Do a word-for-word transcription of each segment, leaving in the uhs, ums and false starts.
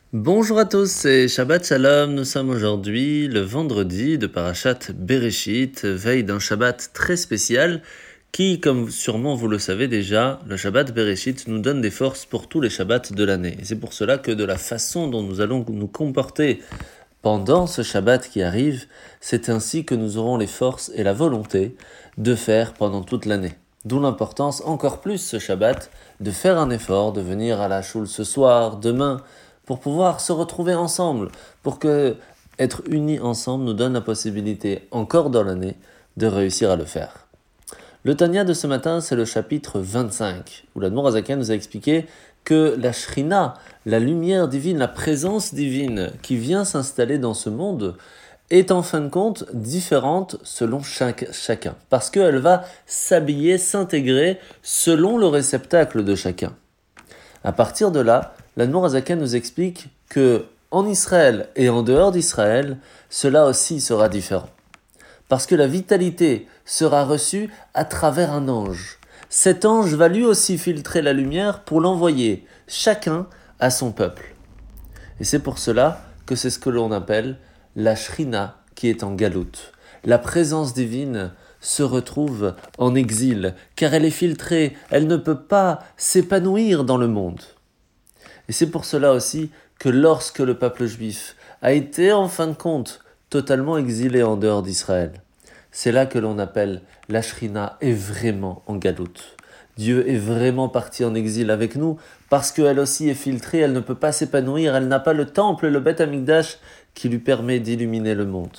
Bonjour à tous, c'est Shabbat Shalom. Nous sommes aujourd'hui le vendredi de Parashat Bereshit, veille d'un Shabbat très spécial qui, comme sûrement vous le savez déjà, le Shabbat Bereshit nous donne des forces pour tous les Shabbats de l'année. Et c'est pour cela que de la façon dont nous allons nous comporter pendant ce Shabbat qui arrive, c'est ainsi que nous aurons les forces et la volonté de faire pendant toute l'année. D'où l'importance, encore plus ce Shabbat, de faire un effort, de venir à la choule ce soir, demain, pour pouvoir se retrouver ensemble, pour que être unis ensemble nous donne la possibilité, encore dans l'année, de réussir à le faire. Le Tanya de ce matin, c'est le chapitre vingt-cinq, où l'Admor Azaken nous a expliqué que la Shrina, la lumière divine, la présence divine qui vient s'installer dans ce monde, est en fin de compte différente selon chaque, chacun, parce qu'elle va s'habiller, s'intégrer selon le réceptacle de chacun. À partir de là, l'Admor Azaken nous explique que en Israël et en dehors d'Israël, cela aussi sera différent. Parce que la vitalité sera reçue à travers un ange. Cet ange va lui aussi filtrer la lumière pour l'envoyer, chacun à son peuple. Et c'est pour cela que c'est ce que l'on appelle la Shrina qui est en galoute. La présence divine se retrouve en exil, car elle est filtrée, elle ne peut pas s'épanouir dans le monde. Et c'est pour cela aussi que lorsque le peuple juif a été en fin de compte totalement exilé en dehors d'Israël, c'est là que l'on appelle la Shrina est vraiment en galoute. Dieu est vraiment parti en exil avec nous parce qu'elle aussi est filtrée, elle ne peut pas s'épanouir, elle n'a pas le temple, le Beth Amikdash qui lui permet d'illuminer le monde.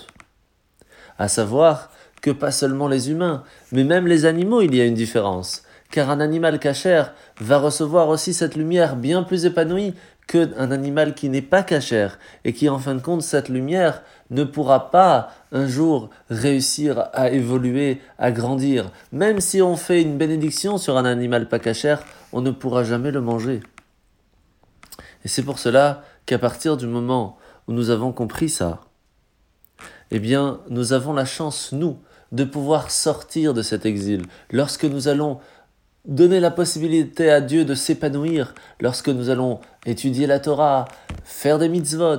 À savoir que pas seulement les humains, mais même les animaux, il y a une différence. Car un animal cachère va recevoir aussi cette lumière bien plus épanouie qu'un animal qui n'est pas cachère et qui, en fin de compte, cette lumière ne pourra pas un jour réussir à évoluer, à grandir. Même si on fait une bénédiction sur un animal pas cachère, on ne pourra jamais le manger. Et c'est pour cela qu'à partir du moment où nous avons compris ça, eh bien, nous avons la chance, nous, de pouvoir sortir de cet exil. Lorsque nous allons donner la possibilité à Dieu de s'épanouir, lorsque nous allons étudier la Torah, faire des mitzvot,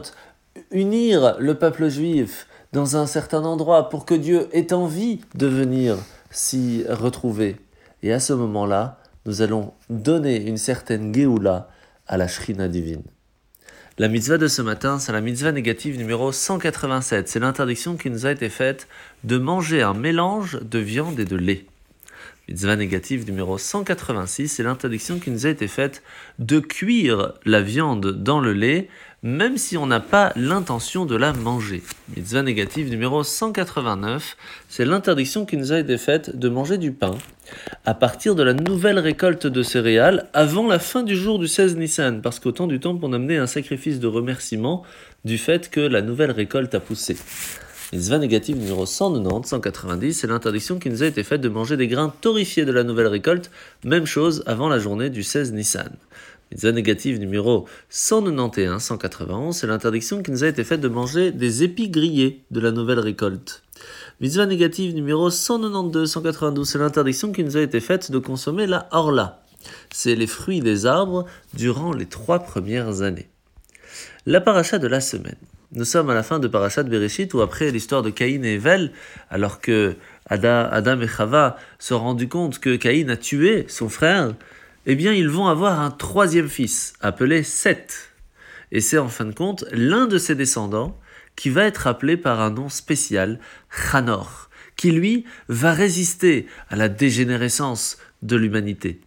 unir le peuple juif dans un certain endroit pour que Dieu ait envie de venir s'y retrouver. Et à ce moment-là, nous allons donner une certaine Géoula à la Shrina divine. La mitzvah de ce matin, c'est la mitzvah négative numéro cent quatre-vingt-sept. C'est l'interdiction qui nous a été faite de manger un mélange de viande et de lait. Mitzvah négative numéro cent quatre-vingt-six, c'est l'interdiction qui nous a été faite de cuire la viande dans le lait, même si on n'a pas l'intention de la manger. Mitzvah négative numéro cent quatre-vingt-neuf, c'est l'interdiction qui nous a été faite de manger du pain à partir de la nouvelle récolte de céréales avant la fin du jour du seize Nissan, parce qu'au temps du temple, on amenait un sacrifice de remerciement du fait que la nouvelle récolte a poussé. Mitzvah négative numéro cent quatre-vingt-dix, cent quatre-vingt-dix, c'est l'interdiction qui nous a été faite de manger des grains torréfiés de la nouvelle récolte, même chose avant la journée du seize Nissan. Mitzvah négative numéro cent quatre-vingt-onze, cent quatre-vingt-onze, c'est l'interdiction qui nous a été faite de manger des épis grillés de la nouvelle récolte. Mitzvah négative numéro cent quatre-vingt-douze, cent quatre-vingt-douze, c'est l'interdiction qui nous a été faite de consommer la orla. C'est les fruits des arbres durant les trois premières années. La paracha de la semaine. Nous sommes à la fin de Parashat Bereshit, où après l'histoire de Caïn et Hevel, alors que Adam et Chava se sont rendus compte que Caïn a tué son frère, eh bien ils vont avoir un troisième fils, appelé Seth. Et c'est en fin de compte l'un de ses descendants qui va être appelé par un nom spécial, Hanor, qui lui va résister à la dégénérescence de l'humanité.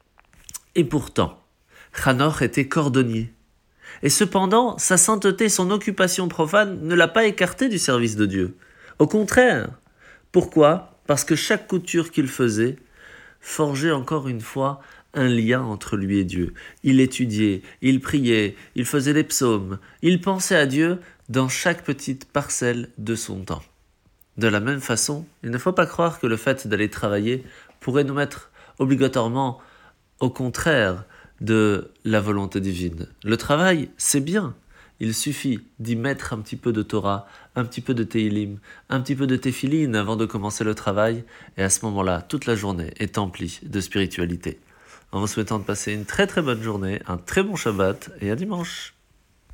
Et pourtant, Hanor était cordonnier. Et cependant, sa sainteté, son occupation profane ne l'a pas écarté du service de Dieu. Au contraire. Pourquoi ? Parce que chaque couture qu'il faisait forgeait encore une fois un lien entre lui et Dieu. Il étudiait, il priait, il faisait les psaumes, il pensait à Dieu dans chaque petite parcelle de son temps. De la même façon, il ne faut pas croire que le fait d'aller travailler pourrait nous mettre obligatoirement au contraire de la volonté divine. Le travail, c'est bien. Il suffit d'y mettre un petit peu de Torah, un petit peu de Teilim, un petit peu de Tefilin avant de commencer le travail, et à ce moment-là, toute la journée est emplie de spiritualité. En vous souhaitant de passer une très très bonne journée, un très bon Shabbat, et à dimanche.